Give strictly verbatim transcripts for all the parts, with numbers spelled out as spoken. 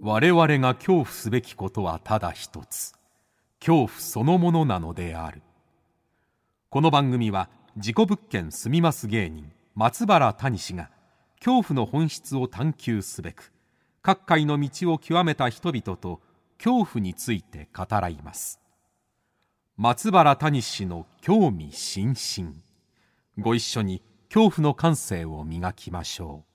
我々が恐怖すべきことはただ一つ、恐怖そのものなのである。この番組は事故物件住みます芸人松原谷氏が恐怖の本質を探求すべく各界の道を極めた人々と恐怖について語らいます。松原谷氏の興味津々、ご一緒に恐怖の感性を磨きましょう。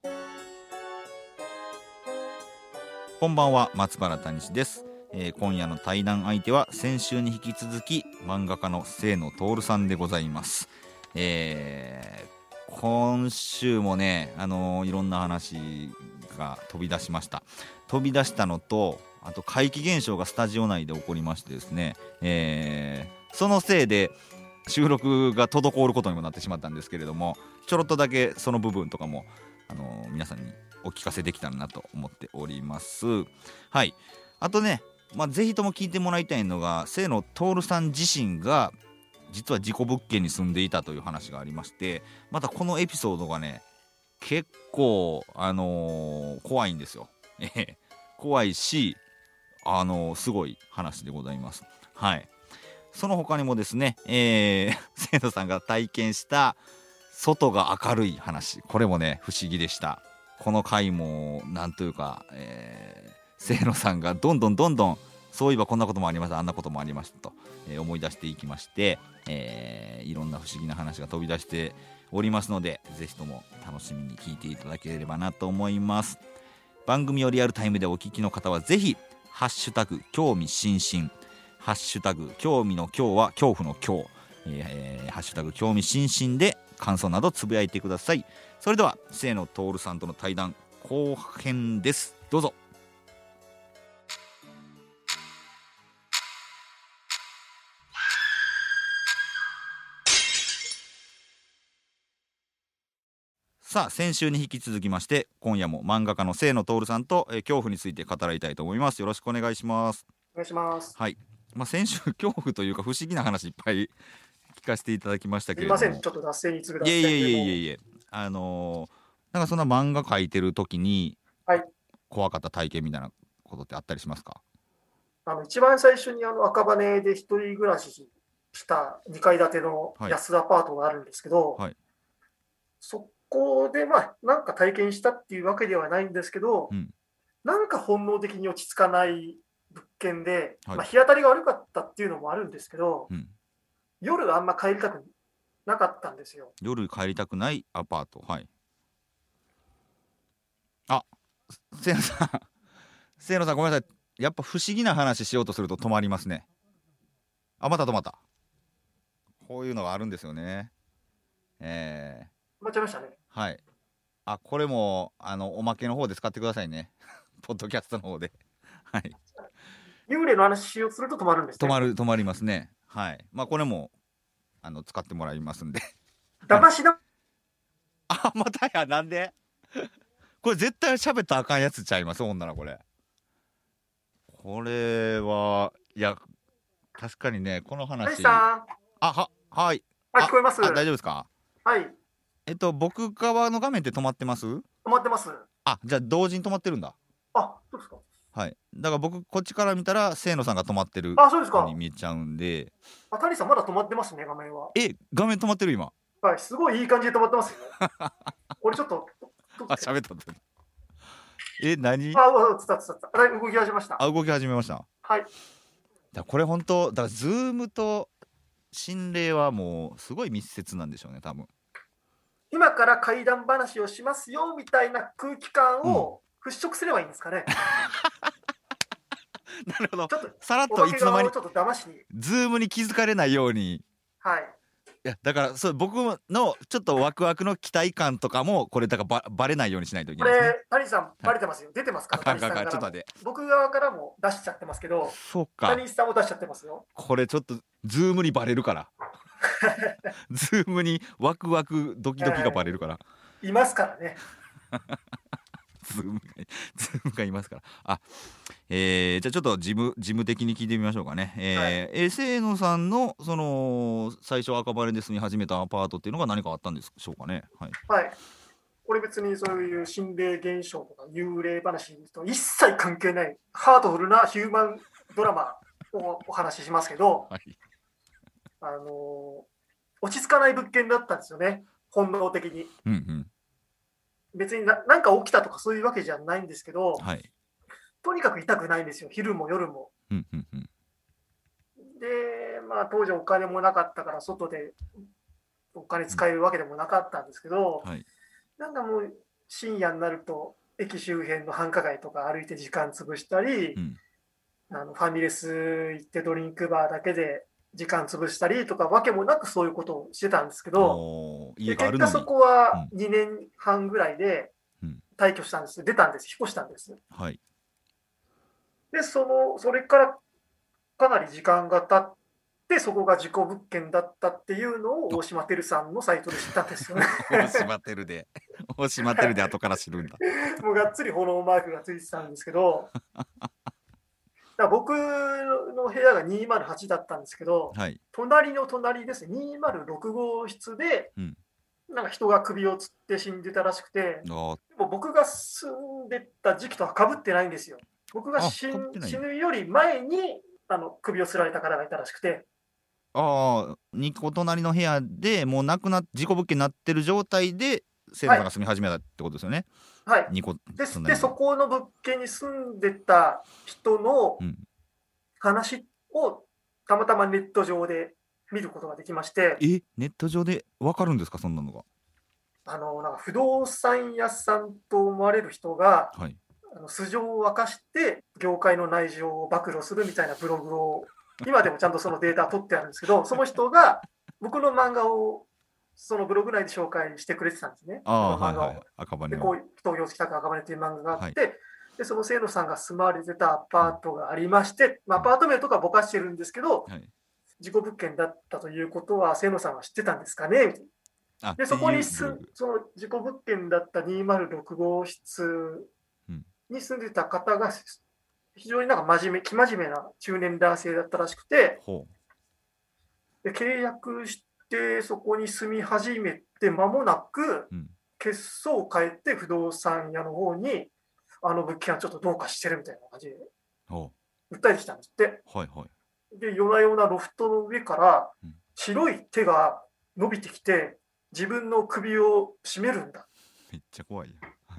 こんばんは、松原谷氏です。えー、今夜の対談相手は先週に引き続き漫画家の清野徹さんでございます。えー、今週もね、あのー、いろんな話が飛び出しました。飛び出したのと、あと怪奇現象がスタジオ内で起こりましてですね、えー、そのせいで収録が滞ることにもなってしまったんですけれども、ちょろっとだけその部分とかも、あのー、皆さんにお聞かせできたらなと思っております。はい。あとね、まあ、ぜひとも聞いてもらいたいのが、清野徹さん自身が実は事故物件に住んでいたという話がありまして、またこのエピソードがね結構、あのー、怖いんですよ。怖いし、あのー、すごい話でございます。はい。その他にもですね、えー、清野さんが体験した外が明るい話、これもね不思議でした。この回もなんというか、えー、清野さんがどんどんどんどんそういえばこんなこともありました、あんなこともありましたと、えー、思い出していきまして、えー、いろんな不思議な話が飛び出しておりますので、ぜひとも楽しみに聞いていただければなと思います。番組をリアルタイムでお聞きの方はぜひハッシュタグ興味津々、ハッシュタグ興味の今日は恐怖の今日、えー、ハッシュタグ興味津々で感想などつぶやいてください。それでは清野徹さんとの対談後編です。どうぞ。さあ、先週に引き続きまして今夜も漫画家の清野徹さんと、えー、恐怖について語りたいと思います。よろしくお願いします。 お願いします。 はい。まあ、先週恐怖というか不思議な話いっぱい聞かせていただきましたけれども、 すいません、ちょっと脱線に次ぐ脱線いえいでもえいえいえいえ、あのー、なんかそんな漫画描いてる時に、 はい、 怖かった体験みたいなことってあったりしますか？ あの一番最初にあの赤羽で一人暮らししたにかい建ての安アパートがあるんですけど、 はい、 そこでまあなんか体験したっていうわけではないんですけど、 うん、 なんか本能的に落ち着かない物件で、 はい、 まあ、日当たりが悪かったっていうのもあるんですけど、 うん、 夜あんま帰りたくなかったんですよ。 夜帰りたくないアパート。はい。あ、清野さん清野さんごめんなさい、やっぱ不思議な話しようとすると止まりますね。あ、また止まった。こういうのがあるんですよね。え止まっちゃいましたね。 ー、はい。あ、これもあのおまけの方で使ってくださいねポッドキャストの方ではい。 幽霊の話をすると止まるんですね。 止まる止まりますね。はい。まあこれもあの使ってもらいますんで騙しだあ、またや、なんでこれ絶対喋ったらあかんやつちゃいます、ほんならこれ。これはいや確かにね、この話。 さん、 あははいあ、聞こえます。 あ、大丈夫ですか？ はい。 えっと僕側の画面って止まってます？ 止まってます。 あ、じゃあ同時に止まってるんだ。 あ、そうですか。 はい。だから僕こっちから見たら清野さんが止まってるあ、そうですか。 ように見えちゃうんで。 あ、谷さんまだ止まってますね、画面は。 え、画面止まってる今。 はい、すごいいい感じで止まってますよ。俺ちょっと。 あ、喋った。え、何？ あ、うつたつたつた。動き始めました。 あ、動き始めました。 はい。 だこれ本当だからズームと心霊はもうすごい密接なんでしょうね、多分。 今から怪談話をしますよみたいな空気感を払拭すればいいんですかね。 うん、なるほど。 ちょっとさらっといつの間にちょっと騙しにズームに気づかれないように。 はい。 いやだからそう僕のちょっとワクワクの期待感とかもこれだからばバレないようにしないといけこないですね。 れ谷さんバレてますよ、はい、出てますから。谷さんからもちょっと待って、 僕側からも出しちゃってますけど、 そうか、 谷さんも出しちゃってますよ。 これちょっとズームにバレるからズームにワクワクドキドキがバレるから、 いますからねズームがズームがいますから。あ、えー、じゃあちょっと事務事務的に聞いてみましょうかね。えーはい、え清野さんのその最初赤羽で住み始めたアパートっていうのが何かあったんでしょうかね。はい。 はい。 俺別にそういう心霊現象とか幽霊話と一切関係ないハートフルなヒューマンドラマをお話ししますけど、 はい、 あの落ち着かない物件だったんですよね、本能的に。 うんうん、 別にな何か起きたとかそういうわけじゃないんですけど、 はい、 とにかく痛くないんですよ、昼も夜も。 うんうんうん、 で、まあ、当時お金もなかったから外でお金使えるわけでもなかったんですけど、 はい、 なんかもう深夜になると駅周辺の繁華街とか歩いて時間潰したり、 うん、 あのファミレス行ってドリンクバーだけで時間潰したりとかわけもなくそういうことをしてたんですけど、 家があるのに結果そこはにねんはんぐらいで退去したんです、出たんです、引っ越したんです。 はい、 でそのそれからかなり時間が経ってそこが事故物件だったっていうのを大島てるさんのサイトで知ったんですよね。 大島てるで大島てるで後から知るんだ。 もうがっつりフォローマークがついてたんですけどだから僕の部屋がにひゃくはちだったんですけど、 はい、 隣の隣ですね、にひゃくろく号室で、うん、なんか人が首をつって死んでたらしくて、でも僕が住んでた時期とはかぶってないんですよ。僕が死ぬより前にあの首をつられた方がいたらしくて、 ああ、にこ隣の部屋でもう亡くなっ事故物件になってる状態で清野さんが住み始めたってことですよね。 はい、にこででそこの物件に住んでた人の話をたまたまネット上で見ることができまして。 え、ネット上で分かるんですか、そんなのが。 あのなんか不動産屋さんと思われる人が、はい、あの素性を明かして業界の内情を暴露するみたいなブログを今でもちゃんとそのデータ取ってあるんですけど、その人が僕の漫画をそのブログ内で紹介してくれてたんですね。 あ、はいはい、赤羽でこう東京北区赤羽という漫画があって、はい、でその清野さんが住まわれてたアパートがありまして、まあ、アパート名とかぼかしてるんですけど、はい、事故物件だったということは清野さんは知ってたんですかねみたいな。でそこにすその事故物件だったにひゃくろく号室に住んでた方が非常になんか真面目、生真面目な中年男性だったらしくて、で契約してそこに住み始めて間もなく、うん、血相を変えて不動産屋の方にあの物件はちょっとどうかしてるみたいな感じで訴えてきたんですって。 はいはい、 で夜な夜なロフトの上から白い手が伸びてきて自分の首を絞めるんだ。 めっちゃ怖いよ、 はい、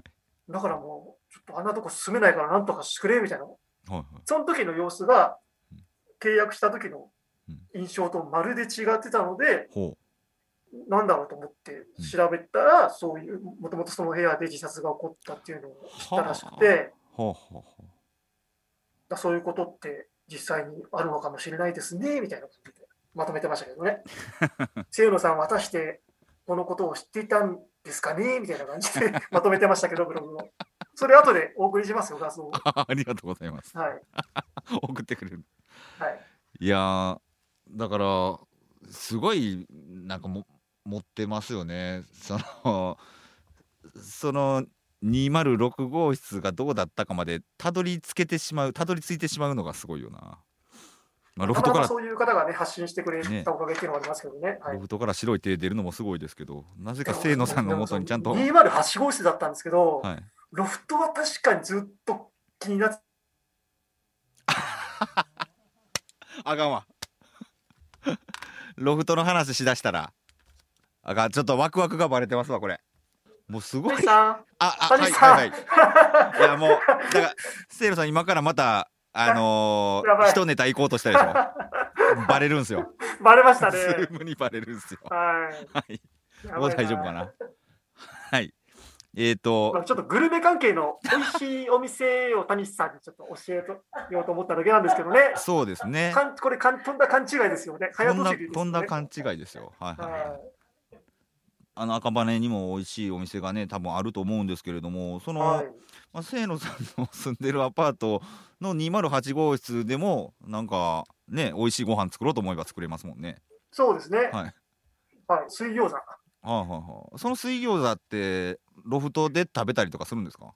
だからもうちょっとあんなとこ住めないからなんとかしてくれみたいな、はいはい、その時の様子が契約した時の印象とまるで違ってたので、うん、なんだろうと思って調べたら、うん、そういうもともとその部屋で自殺が起こったっていうのを知ったらしくて、はあはあはあ、だそういうことって実際にあるのかもしれないですねみたいなことでまとめてましたけどね。清野さんは果たしてこのことを知っていたんですかねみたいな感じでまとめてましたけど、ブログを。それ後でお送りしますよ、画像を。 ありがとうございます。 はい、 送ってくれる。 はい、 いやだからすごいなんかも持ってますよね。そのそのにひゃくろく号室がどうだったかまでたどり着けてしまうたどり着いてしまうのがすごいよな。 まあ、ロフトからそういう方がね発信してくれたおかげっていうのはありますけどね。ね、はい、 ロフトから白い手出るのもすごいですけど、なぜか清野さんの元にちゃんとにひゃくはち号室だったんですけど、はい、ロフトは確かにずっと気になってあかんわロフトの話しだしたらあかん、ちょっとワクワクがバレてますわこれ。もうすごい。 ああはいはいはいいやもうだから清野さん今からまたあのー、一ネタ行こうとしたでしょバレるんすよ。 バレましたね。 ズームにバレるんすよ。 はい。 はい。もう大丈夫かな。はい。えーと、 まあ、ちょっとグルメ関係の美味しいお店を谷さんにちょっと教えようと思っただけなんですけどね。 そうですね。 かんこれかんとんだ勘違いですよね。 とんだとんだ勘違いですよ。はいはい、はい。あの赤羽にも美味しいお店がね多分あると思うんですけれども、その、はい、まあ、清野さんの住んでるアパートのにひゃくはち号室でもなんかね美味しいご飯作ろうと思えば作れますもんね。 そうですね。 はい。 はい、水餃子。 はあはあはあ、その水餃子ってロフトで食べたりとかするんですか？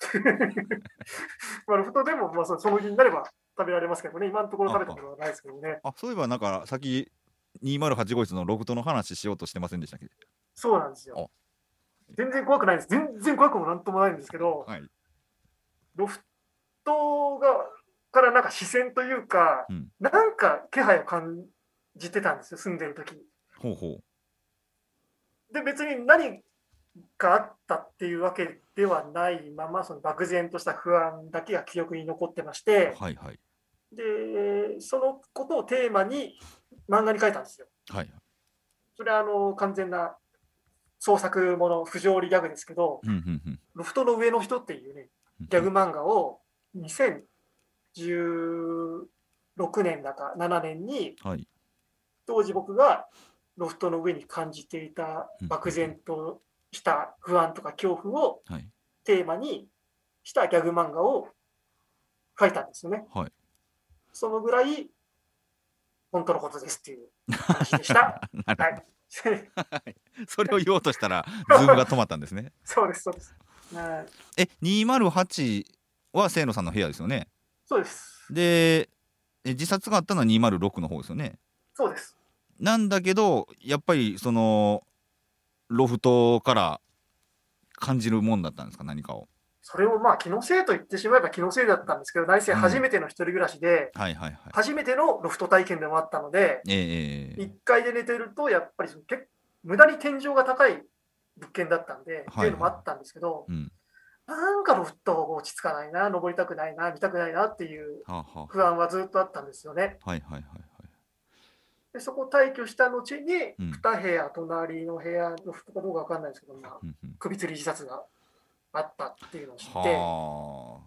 まあロフトでもまあその日になれば食べられますけどね。今のところ食べたことはないですけどね。 ああ、そういえばなんか先にひゃくはち号室のロフトの話しようとしてませんでしたっけ？ そうなんですよ。 全然怖くないです。全然怖くもなんともないんですけど、はい、ロフトがからなんか視線というか、うん、なんか気配を感じてたんですよ、住んでる時。 ほうほう。で、別に何があったっていうわけではないまま、その漠然とした不安だけが記憶に残ってまして、 はいはい、 で、そのことをテーマに漫画に書いたんですよ。 はい、 それはあの完全な創作もの、不条理ギャグですけど、 うんうんうん、 ロフトの上の人っていうね、ギャグ漫画をにせんじゅうろくねんだかななねんに、はい、当時僕がロフトの上に感じていた漠然とした不安とか恐怖をテーマにしたギャグ漫画を書いたんですよね。 はい、 そのぐらい本当のことですっていう話でした。はい。 それを言おうとしたらズームが止まったんですね。 そうですそうです。 え、にーまるはちは清野さんの部屋ですよね。 そうです。 で、え自殺があったのはにーまるろくの方ですよね。 そうです。 なんだけどやっぱりそのロフトから感じるもんだったんですか、何かを。 それをまあ気のせいと言ってしまえば気のせいだったんですけど、内政初めての一人暮らしで、初めてのロフト体験でもあったので、 えー、 いっかいで寝てるとやっぱり結無駄に天井が高い物件だったんで、はいはい、っていうのもあったんですけど、うん、なんかロフト落ち着かないな、登りたくないな、見たくないなっていう不安はずっとあったんですよね。 はいはいはいはい、 でそこを退去した後に、に部屋、隣の部屋のロフトかどうか分かんないですけど、まあ、首吊り自殺があったっていうのを知って、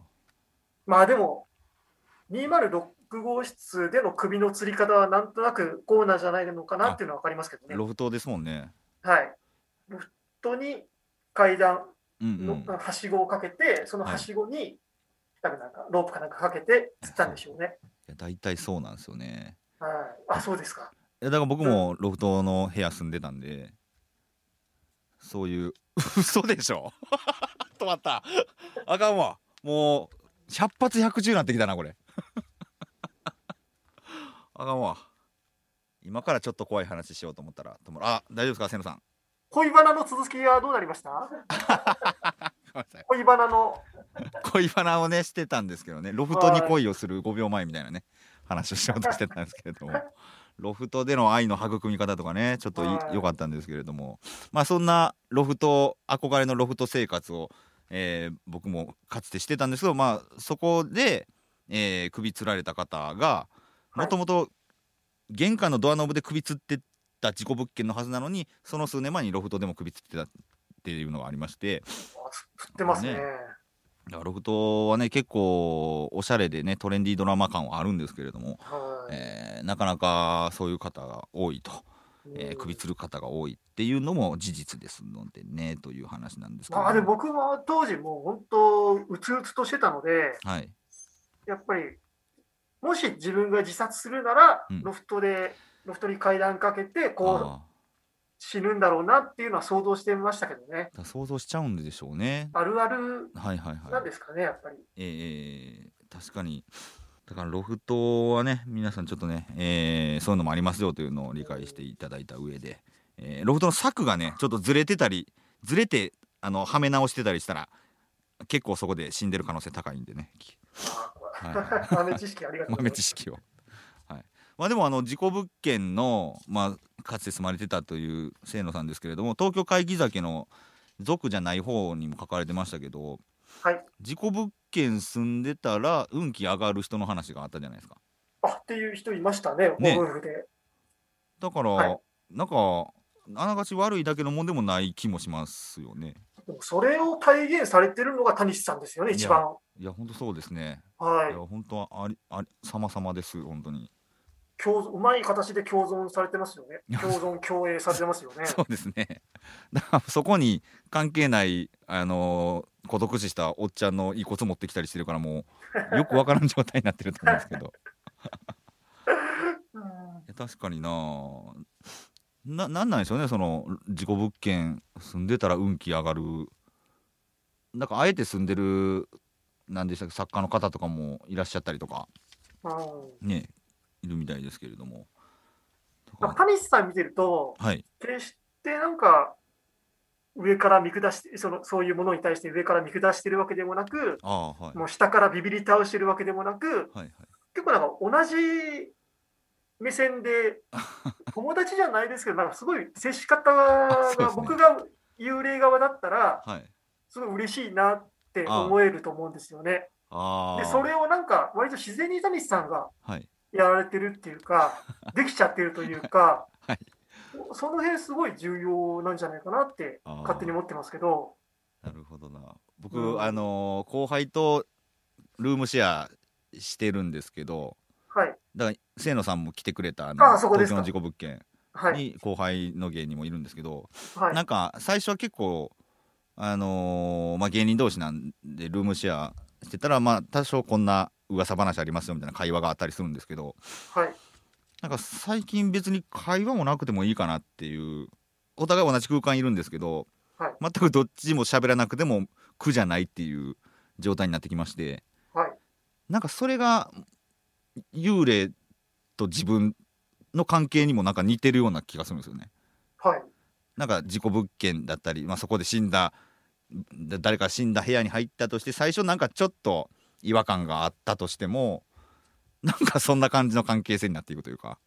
まあでもにーまるろく号室での首の吊り方はなんとなくこうなんじゃないのかなっていうのは分かりますけどね。 ロフトですもんね。 はい。ロフトに階段のはしごをかけて、そのはしごに、はい、多分なんかロープかなんかかけて吊ったんでしょうね。 いや大体そうなんですよね。 はい。あ、そうですか。 いやだから僕もロフトの部屋住んでたんで、そういう嘘でしょ。止まった。あかんわ。もうひゃく発ひゃく中になってきたなこれ。あかんわ。今からちょっと怖い話しようと思ったらともあ大丈夫ですか、瀬野さん。 恋バナの続きはどうなりました？恋バナの恋バナをねしてたんですけどね、ロフトに恋をするごびょうまえみたいなね話をしようとしてたんですけれどもロフトでの愛の育み方とかねちょっと良かったんですけれども、まあそんなロフト憧れのロフト生活を、えー、僕もかつてしてたんですけど、まあそこで、えー、首吊られた方がもともと玄関のドアノブで首吊ってた事故物件のはずなのに、その数年前にロフトでも首吊ってたっていうのがありまして、 吊ってますね。 だからロフトはね結構おしゃれでねトレンディードラマ感はあるんですけれども、えー、なかなかそういう方が多いと、えー、首吊る方が多いっていうのも事実ですのでねという話なんですけど、 まあ、で僕も当時もう本当うつうつとしてたので、はい、やっぱりもし自分が自殺するなら、うん、ロフトでロフトに階段かけてこう死ぬんだろうなっていうのは想像してましたけどね。 想像しちゃうんでしょうね。 あるあるなんですかね、やっぱり。 えー、確かに。だからロフトはね皆さんちょっとね、えー、そういうのもありますよというのを理解していただいた上で、えー、ロフトの柵がねちょっとずれてたりずれてあのはめ直してたりしたら結構そこで死んでる可能性高いんでね。 はい、豆知識ありがとうございます。 豆知識を。はい。まあでもあの事故物件のまあかつて住まれてたという清野さんですけれども、東京会議酒の属じゃない方にも書かれてましたけど、 はい、 事故物件住んでたら運気上がる人の話があったじゃないですか。 あっていう人いましたね、ご夫婦で。 だから、はい、なんかあながち悪いだけのもんでもない気もしますよね。 でもそれを体現されてるのが谷さんですよね、一番。 いや本当そうですね。 はい。 いや本当はありあり様々です本当に。 共うまい形で共存されてますよね。共存共栄されてますよね。 そうですね。だからそこに関係ないあのー、孤独死したおっちゃんの遺骨持ってきたりしてるからもうよくわからん状態になってると思うんですけど。確かになななんなんでしょうね、その事故物件住んでたら運気上がる。なんかあえて住んでるなんでしたっけ作家の方とかもいらっしゃったりとかねいるみたいですけれども、 谷さん見てると、はい、決してなんか上から見下してそのそういうものに対して上から見下しているわけでもなく、 あ、はい、 もう下からビビり倒しているわけでもなく、 はいはい、 結構なんか同じ目線で友達じゃないですけど、なんかすごい接し方が僕が幽霊側だったらすごい嬉しいなって思えると思うんですよね。でそれをなんか割と自然に谷さんがやられてるっていうか、できちゃってるというか、はい、その辺すごい重要なんじゃないかなって勝手に思ってますけど。 なるほどな。僕、うん、あの後輩とルームシェアしてるんですけど、はい、だから清野さんも来てくれたあのあ東京の事故物件に後輩の芸人もいるんですけど、はい、なんか最初は結構あのーまあ、芸人同士なんでルームシェアしてたら、まあ多少こんな噂話ありますよみたいな会話があったりするんですけど、はい、なんか最近別に会話もなくてもいいかなっていう、お互い同じ空間いるんですけど、はい、全くどっちも喋らなくても苦じゃないっていう状態になってきまして、はい、なんかそれが幽霊と自分の関係にもなんか似てるような気がするんですよね。はい、なんか事故物件だったり、まあ、そこで死んだ誰か死んだ部屋に入ったとして、最初なんかちょっと違和感があったとしても、なんかそんな感じの関係性になっていくというか、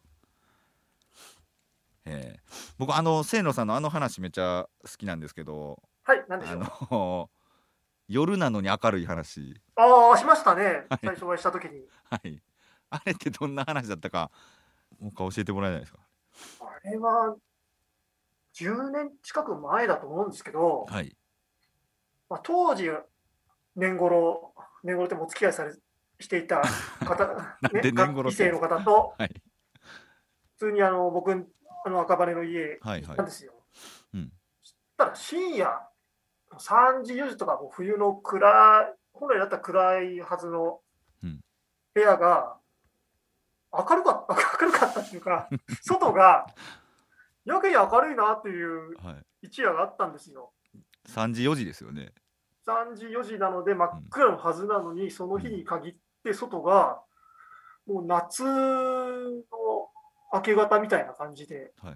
えー、僕あの清野さんのあの話めっちゃ好きなんですけど、 はい、何でしょう。 あの夜なのに明るい話、 ああしましたね、はい、最初お会いした時に。 はい、あれってどんな話だったかもう一回教えてもらえないですか。 あれはじゅうねん近く前だと思うんですけど、はい、まあ、当時年頃年頃ってもお付き合いされしていた方ね、異性の方と、はい、普通にあの僕あの赤羽の家行ったんですよ。はいはい、うん、そしたら深夜さんじよじとかもう冬の暗い、本来だったら暗いはずの部屋が明るかった明るかったっていうか外がやけに明るいなっていう一夜があったんですよ。 はい、さんじよじですよね。 さんじよじなので真っ暗のはずなのに、うん、その日に限って外がもう夏の明け方みたいな感じで、はい、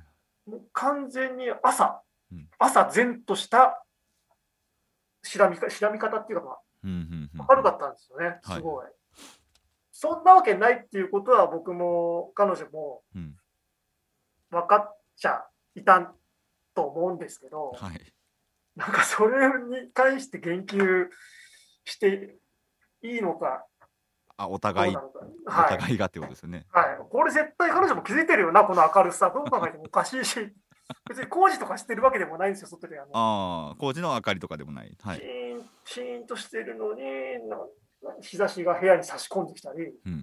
もう完全に朝、うん、朝前とした白みか白み方っていうか、まあ、うんうんうん、明るかったんですよね、すごい、はい、そんなわけないっていうことは僕も彼女も分かっちゃいたと思うんですけど、はい、なんかそれに対して言及していいのか、 あ、お互い、 はい、 お互いがってことですよね。 はい、これ絶対彼女も気づいてるよな、この明るさ、どう考えてもおかしいし、別に工事とかしてるわけでもないんですよ、外で。あのああ、工事の明かりとかでもない。はい、 シーン、シーンとしてるのに、日差しが部屋に差し込んできたり、うん、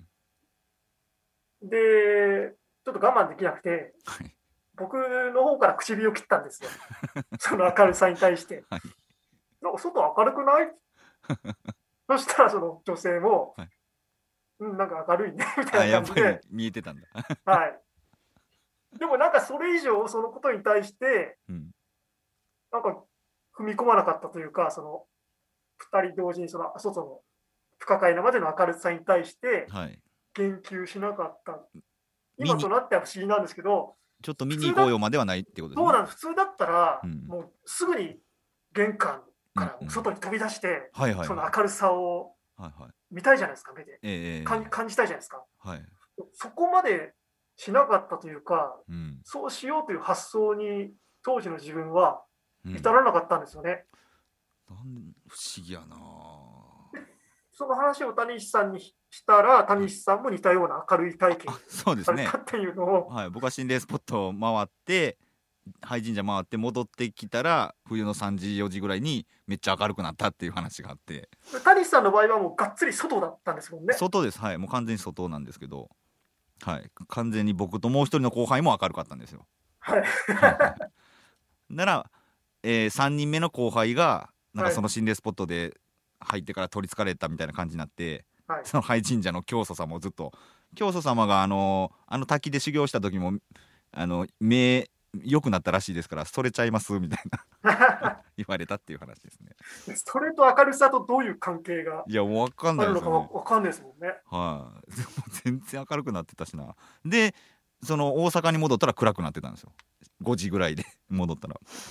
で、ちょっと我慢できなくて、はい、僕の方から唇を切ったんですよ、その明るさに対して。はい、なんか外明るくないそしたらその女性も、はい、うん、なんか明るいねみたいな感じで。 やっぱり見えてたんだ。 はい。でもなんかそれ以上そのことに対して、うん、なんか踏み込まなかったというか、そのふたり同時にその外の不可解なまでの明るさに対して言及しなかった。はい、今となっては不思議なんですけど、 ちょっと見に行こうよまではないってことですね。 そうなんです。普通だったら、うん、もうすぐに玄関から外に飛び出して、その明るさを見たいじゃないですか、目で、えー、感じたいじゃないですか。はい、そこまでしなかったというか、うん、そうしようという発想に当時の自分は至らなかったんですよね。 うん、なん不思議やな。 その話を谷西さんにしたら、谷西さんも似たような明るい体験されたっていうのを、 はい、僕は心霊スポットを回って廃神社回って戻ってきたら、冬のさんじよじぐらいにめっちゃ明るくなったっていう話があって、 谷西さんの場合はもうがっつり外だったんですもんね。 外です、はい、もう完全に外なんですけど、はい、完全に僕ともう一人の後輩も明るかったんですよ。はい。なら、えー、さんにんめの後輩がなんかその心霊スポットで入ってから取りつかれたみたいな感じになって、はい、その廃神社の教祖様をずっと、教祖様があのあの滝で修行した時もあの目良くなったらしいですから、それちゃいますみたいな言われたっていう話ですね。 それと明るさとどういう関係がいやもう分かんないですよね。 分かんないですもんね。 はい、あ、全然明るくなってたしな。でその大阪に戻ったら暗くなってたんですよ、ごじぐらいで戻ったら。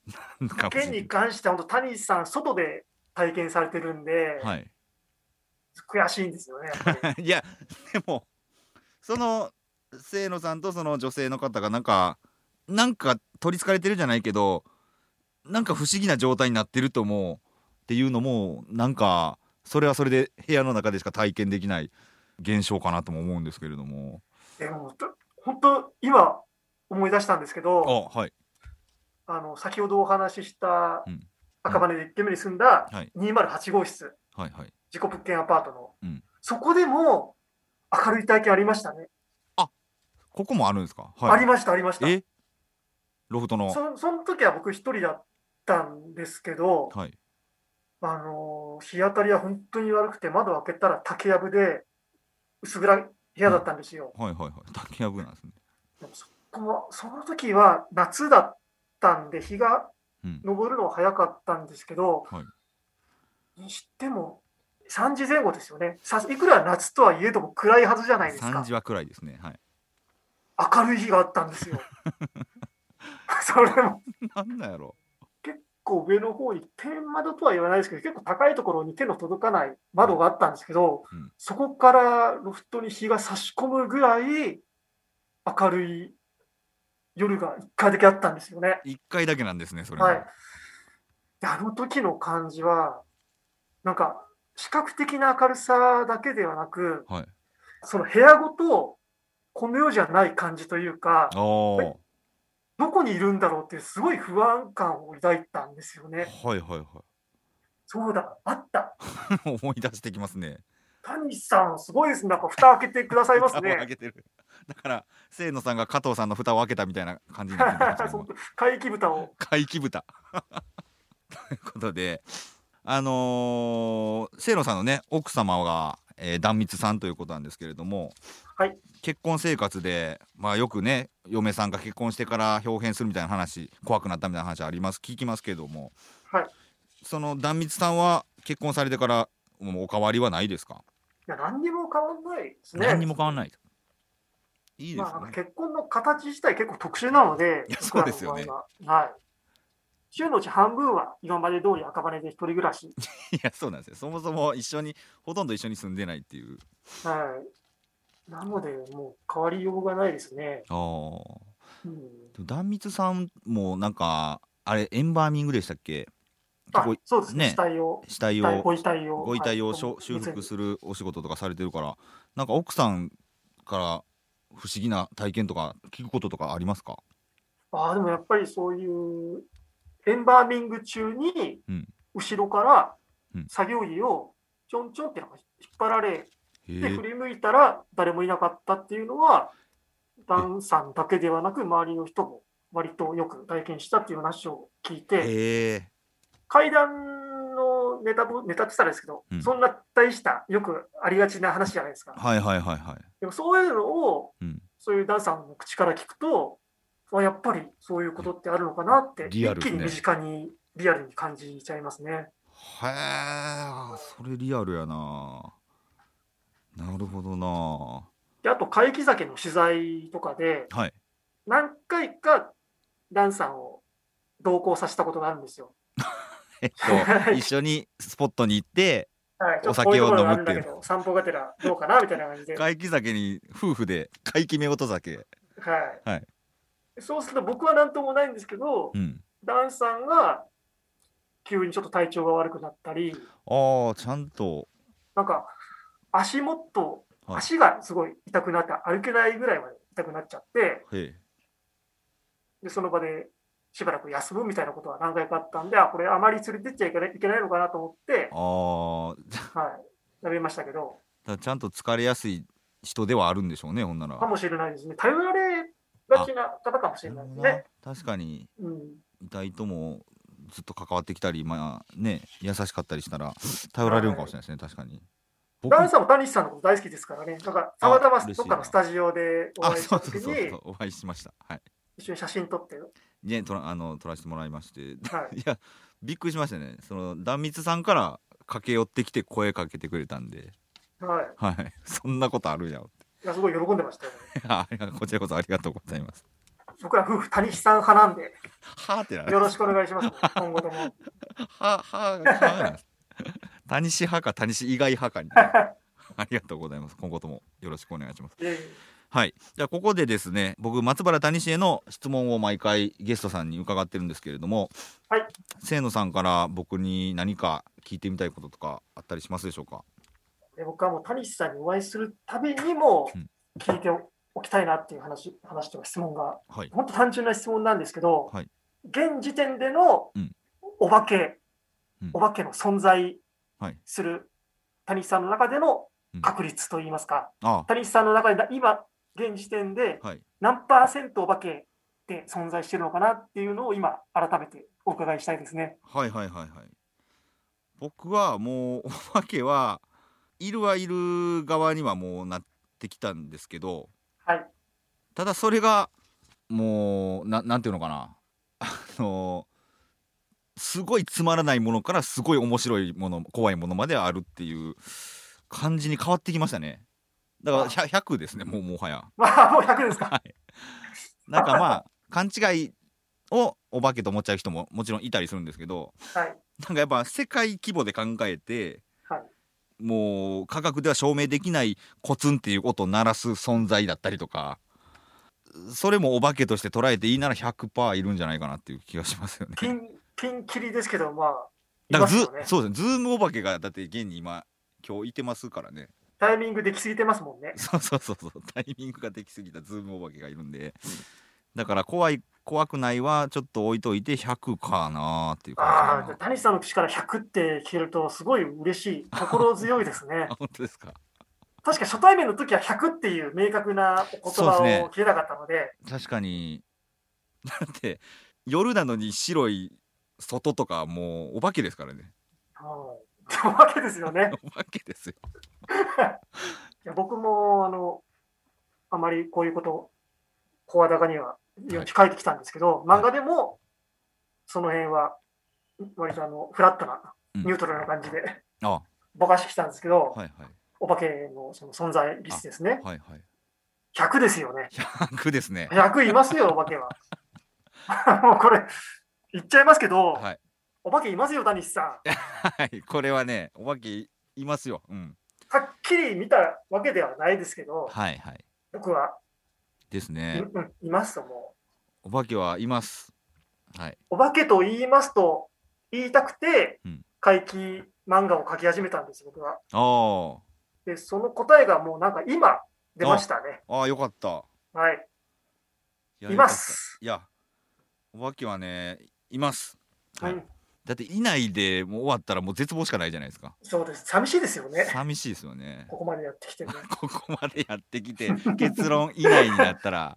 剣に関しては本当谷さん外で体験されてるんで、はい、悔しいんですよねやっぱり。 いやでもその清野さんとその女性の方がなんかなんか取りつかれてるじゃないけど、なんか不思議な状態になってると思うっていうのも、なんかそれはそれで部屋の中でしか体験できない現象かなとも思うんですけれども。 でも本当今思い出したんですけど、 あ、はい、 あの先ほどお話しした赤羽でいっけんめに住んだにひゃくはち号室、はいはい、自己物件アパートの、うん、そこでも明るい体験ありましたね。 あ、ここもあるんですか？ はい、ありましたありました。 えロフトのそ, その時は僕一人だったんですけど、はい、あの日当たりは本当に悪くて、窓を開けたら竹やぶで薄暗い部屋だったんですよ。 はい、はいはいはい、竹やぶなんですね。 でも そ, こその時は夏だったんで日が昇るのは早かったんですけど、うん、はい、にしてもさんじぜん後ですよね。さいくら夏とはいえども暗いはずじゃないですか。 さんじは暗いですね。はい、 明るい日があったんですよ。それもなんだやろう、 結構上の方に天窓とは言わないですけど、結構高いところに手の届かない窓があったんですけど、うん、そこからロフトに日が差し込むぐらい明るい夜がいっかいだけあったんですよね。 いっかいだけなんですね、それ。 はい。で、あの時の感じはなんか視覚的な明るさだけではなく、はい、その部屋ごとこの世じゃない感じというか、どこにいるんだろうっていうすごい不安感を抱いたんですよね。 はいはいはい。 そうだ、あった思い出してきますね。 谷さんすごいですね。なんか蓋開けてくださいますね。 蓋を開けてる。だから清野さんが加藤さんの蓋を開けたみたいな感じになってます、ね、 怪奇蓋を怪奇蓋ということで、あのー、清野さんのね奥様が、えー、壇蜜さんということなんですけれども、 はい、 結婚生活で、まあ、よくね嫁さんが結婚してから表変するみたいな話、怖くなったみたいな話あります聞きますけれども、 はい、 その壇蜜さんは結婚されてからもうお変わりはないですか？ いや、何にも変わらないですね。 何にも変わらない。いいですね。 まあ、結婚の形自体結構特殊なので、 いやそうですよね。 はい。週のうち半分は今まで通り赤羽で一人暮らし。 いやそうなんですよ。そもそも一緒にほとんど一緒に住んでないっていう。 はい。なのでもう変わりようがないですね。 ああ。うん、壇蜜さんもなんかあれエンバーミングでしたっけ？ あ、そうですね。死体を死体をご遺体をご遺体を、はい、修復するお仕事とかされてるから、なんか奥さんから不思議な体験とか聞くこととかありますか？ あでもやっぱりそういうエンバーミング中に後ろから作業着をちょんちょんって引っ張られて振り向いたら誰もいなかったっていうのはダンさんだけではなく周りの人も割とよく体験したっていう話を聞いて、階段のネタネタって言ったらですけど、うん、そんな大したよくありがちな話じゃないですか。 はいはいはいはい。 でもそういうのを、うん、そういうダンさんの口から聞くとやっぱりそういうことってあるのかなって、一気に身近にリアルに感じちゃいますね。へえ、それリアルやな。なるほどな。 であと怪奇酒の取材とかで、はい、何回かダンさんを同行させたことがあるんですよ。 えっと一緒にスポットに行って、はい、お酒を飲むっていう。 散歩がてらどうかなみたいな感じで。 怪奇酒に夫婦で怪奇めごと酒。 はい。はい。そうすると僕は何ともないんですけど、うん、ダンさんが急にちょっと体調が悪くなったり、 ああちゃんとなんか足元、はい、足がすごい痛くなって歩けないぐらいまで痛くなっちゃって、でその場でしばらく休むみたいなことは何回かあったんで、あこれあまり連れてっちゃいけない、いけないのかなと思って、あはい、やめましたけど、 だちゃんと疲れやすい人ではあるんでしょうね、ほんなら。 かもしれないですね。頼られがちな方かもしれないですね。 確かに、うん、痛いともずっと関わってきたり、まあね、優しかったりしたら頼られるのかもしれないですね、はい、確かに。 ダンさんも谷さんのこと大好きですからね。なんかたまたまどっかのスタジオでお会いした時にお会いしました。はい。 一緒に写真撮ってね、撮らあの撮らせてもらいまして、はい、いやびっくりしましたね。その壇蜜さんから駆け寄ってきて声かけてくれたんで、はい、はい、そんなことあるやんって。 いやすごい喜んでましたよね。 こちらこそありがとうございます。 僕ら夫婦谷さん派なんで、 はってなよろしくお願いします、ね、今後とも。 ははは谷氏派か谷氏以外派かに、ね、ありがとうございます。今後ともよろしくお願いします。はい、じゃあここでですね、僕松原谷氏への質問を毎回ゲストさんに伺ってるんですけれども、 はい、 清野さんから僕に何か聞いてみたいこととかあったりしますでしょうか？ 僕はもう谷さんにお会いするたびにも聞いておきたいなっていう話、話とか質問が、はい、本当単純な質問なんですけど、はい、現時点でのお化け、うん、お化けの存在する谷さんの中での確率といいますか、うん、谷さんの中で今現時点で何パーセントお化けって存在しているのかなっていうのを今改めてお伺いしたいですね。 はいはいはいはい。僕はもうお化けはいるはいる側にはもうなってきたんですけど、 はい、 ただそれがもう な, なんていうのかなあのすごいつまらないものからすごい面白いもの、怖いものまであるっていう感じに変わってきましたね。だから ひゃく, ひゃくですね、もうもはや。 まあもうひゃくですか。 はい、なんかまあ勘違いをお化けと思っちゃう人ももちろんいたりするんですけど、 はい、 なんかやっぱ世界規模で考えて、 はい、 もう科学では証明できないコツンっていう音を鳴らす存在だったりとか、それもお化けとして捉えていいなら ひゃくパーセント いるんじゃないかなっていう気がしますよね。 ピンピンキリですけど、まあだからズ、ね、そうですね、ズームお化けがだって現に今今日いてますからね。 タイミングできすぎてますもんね。 そうそうそうそう、タイミングができすぎたズームお化けがいるんで、だから怖い怖くないはちょっと置いといてひゃくかなっていう感じ。 ああ、谷さんの口からひゃくって聞けるとすごい嬉しい、心強いですね。 本当ですか？ 確か初対面の時はひゃくっていう明確な言葉を切れなかったので、 ね、確かに。だって夜なのに白い外とかもうお化けですからね。 お化けですよね。 お化けですよ。 いや僕もあのあまりこういうこと声高には書いてきたんですけど、はい、漫画でもその辺は割とあのフラットな、うん、ニュートラルな感じでぼかしてきたんですけど、はいはい、お化けのその存在率ですね、はいはい、ひゃくですよね。 ひゃくですね。 ひゃくいますよ、お化けは。もうこれ言っちゃいますけど、はい、お化けいますよ、谷さん。 はい、これはね、お化けいますよ、うん、 はっきり見たわけではないですけど、 はいはい、 僕はですね、 うん、いますともうお化けはいます、はい、 お化けと言いますと言いたくて、うん、怪奇漫画を描き始めたんです、僕は。 あでその答えがもうなんか今出ましたね。 ああ、よかった。 はい、い, います。 いや、お化けはね、います、はい、 うん、 だっていないでもう終わったらもう絶望しかないじゃないですか。 そうです、寂しいですよね。 寂しいですよね。 ここまでやってきてね。 ここまでやってきて結論いないになったら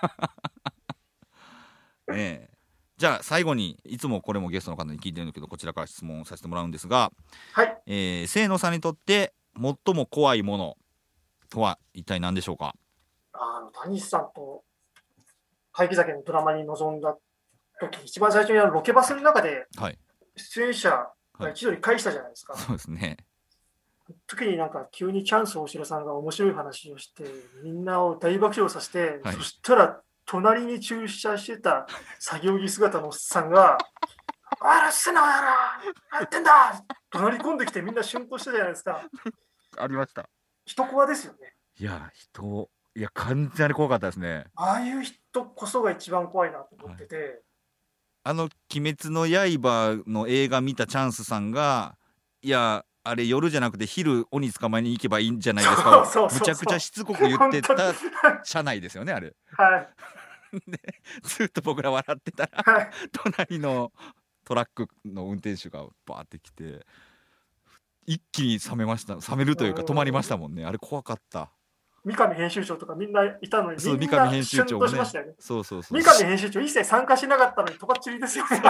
ねえ。じゃあ最後にいつもこれもゲストの方に聞いてるんだけど、こちらから質問させてもらうんですが、 はい、 えー、清野さんにとって最も怖いものとは一体何でしょうか？ あの谷さんと怪奇酒のドラマに臨んだ時、一番最初にあのロケバスの中で出演者が一度に返したじゃないですか、 はいはい、そうですね。 時になんか急にチャンス大城さんが面白い話をしてみんなを大爆笑させて、はい、そしたら隣に駐車してた作業着姿のおっさんが「あらせなやらやってんだ!」怒鳴り込んできてみんな瞬としたじゃないですか。 ありました。 人怖ですよね。 いや人いや完全に怖かったですね。 ああいう人こそが一番怖いなと思ってて、はい、 あの「鬼滅の刃」の映画見たチャンスさんがいやあれ夜じゃなくて昼鬼捕まえに行けばいいんじゃないですかをむちゃくちゃしつこく言ってた車内ですよねあれ。 はいでずっと僕ら笑ってたら、はい、隣のトラックの運転手がバーって来て一気に冷めました。冷めるというか止まりましたもんね。あれ怖かった。 三上編集長とかみんないたのにそうみんな編集長もね、 そうそうそう、三上編集長一切参加しなかったのにとばっちりですよね。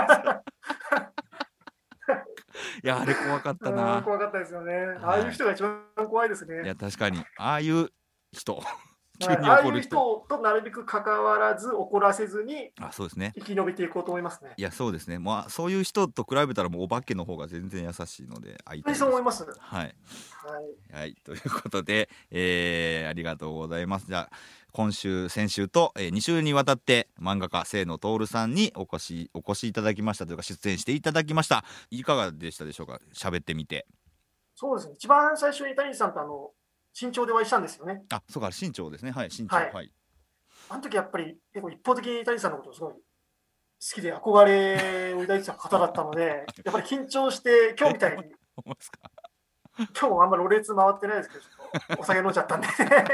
いやあれ怖かったな。 怖かったですよね。ああいう人が一番怖いですね。 いや確かにああいう人急にああ怒るいう人となるべく関わらず怒らせずにあそうですね生き延びていこうと思いますね。 いやそうですね、まあ、そういう人と比べたらもうお化けの方が全然優しいので会いたいです。 そう思います。 はい、 はいはい、ということで、えー、ありがとうございます。じゃあ今週先週と、えー、に週にわたって漫画家清野徹さんにお越しお越しいただきましたというか出演していただきました。いかがでしたでしょうか、喋ってみて。 そうですね、一番最初に谷さんとあの身長でお会いしたんですよね。 あ、そうか、身長ですね。はい、身長。 はい。 はい、 あの時やっぱり結構一方的に谷さんのことをすごい好きで憧れを抱いてた方だったので、やっぱり緊張して今日みたいに今日もあんまりろれつ回ってないですけど、ちょっとお酒飲んじゃったんで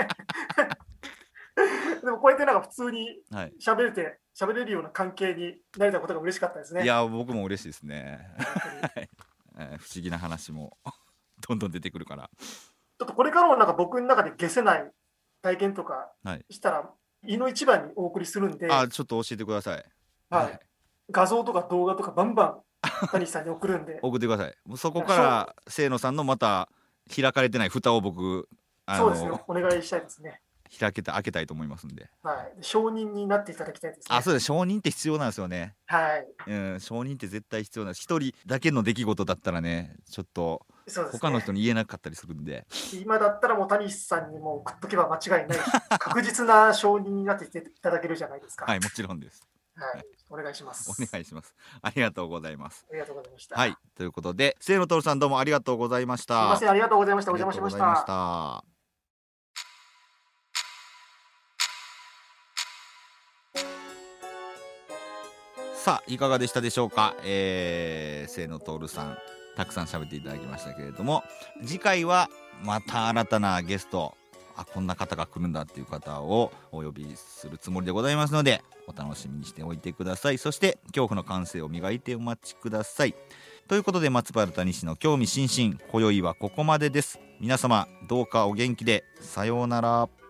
でもこうやってなんか普通に喋れて喋れるような関係になれたことが嬉しかったですね。 いや僕も嬉しいですね不思議な話もどんどん出てくるから、 ちょっとこれからもなんか僕の中で消せない体験とかしたら、はい、胃の一番にお送りするんで、 あちょっと教えてください。 はい、はい、画像とか動画とかバンバン谷さんに送るんで送ってください。もうそこから清野さんのまた開かれてない蓋を僕あのそうですね、お願いしたいですね。 開けた開けたいと思いますんで、 はい、承認になっていただきたいですね。 あそうです、承認って必要なんですよね。 はい、 うん、承認って絶対必要なんです。一人だけの出来事だったらねちょっと他の人に言えなかったりするんで、 今だったらもう谷さんにも送っとけば間違いない確実な承認になっていただけるじゃないですか。 はい、もちろんです。 はい、お願いします。 お願いします。ありがとうございます。 ありがとうございました。 はい、ということで清野徹さんどうもありがとうございました。 すみません、ありがとうございました。お邪魔しました。 さあいかがでしたでしょうか。えー、清野徹さんたくさん喋っていただきましたけれども、次回はまた新たなゲスト、あこんな方が来るんだっていう方をお呼びするつもりでございますのでお楽しみにしておいてください。そして恐怖の感性を磨いてお待ちください。ということで松原谷氏の興味津々、今宵はここまでです。皆様どうかお元気で。さようなら。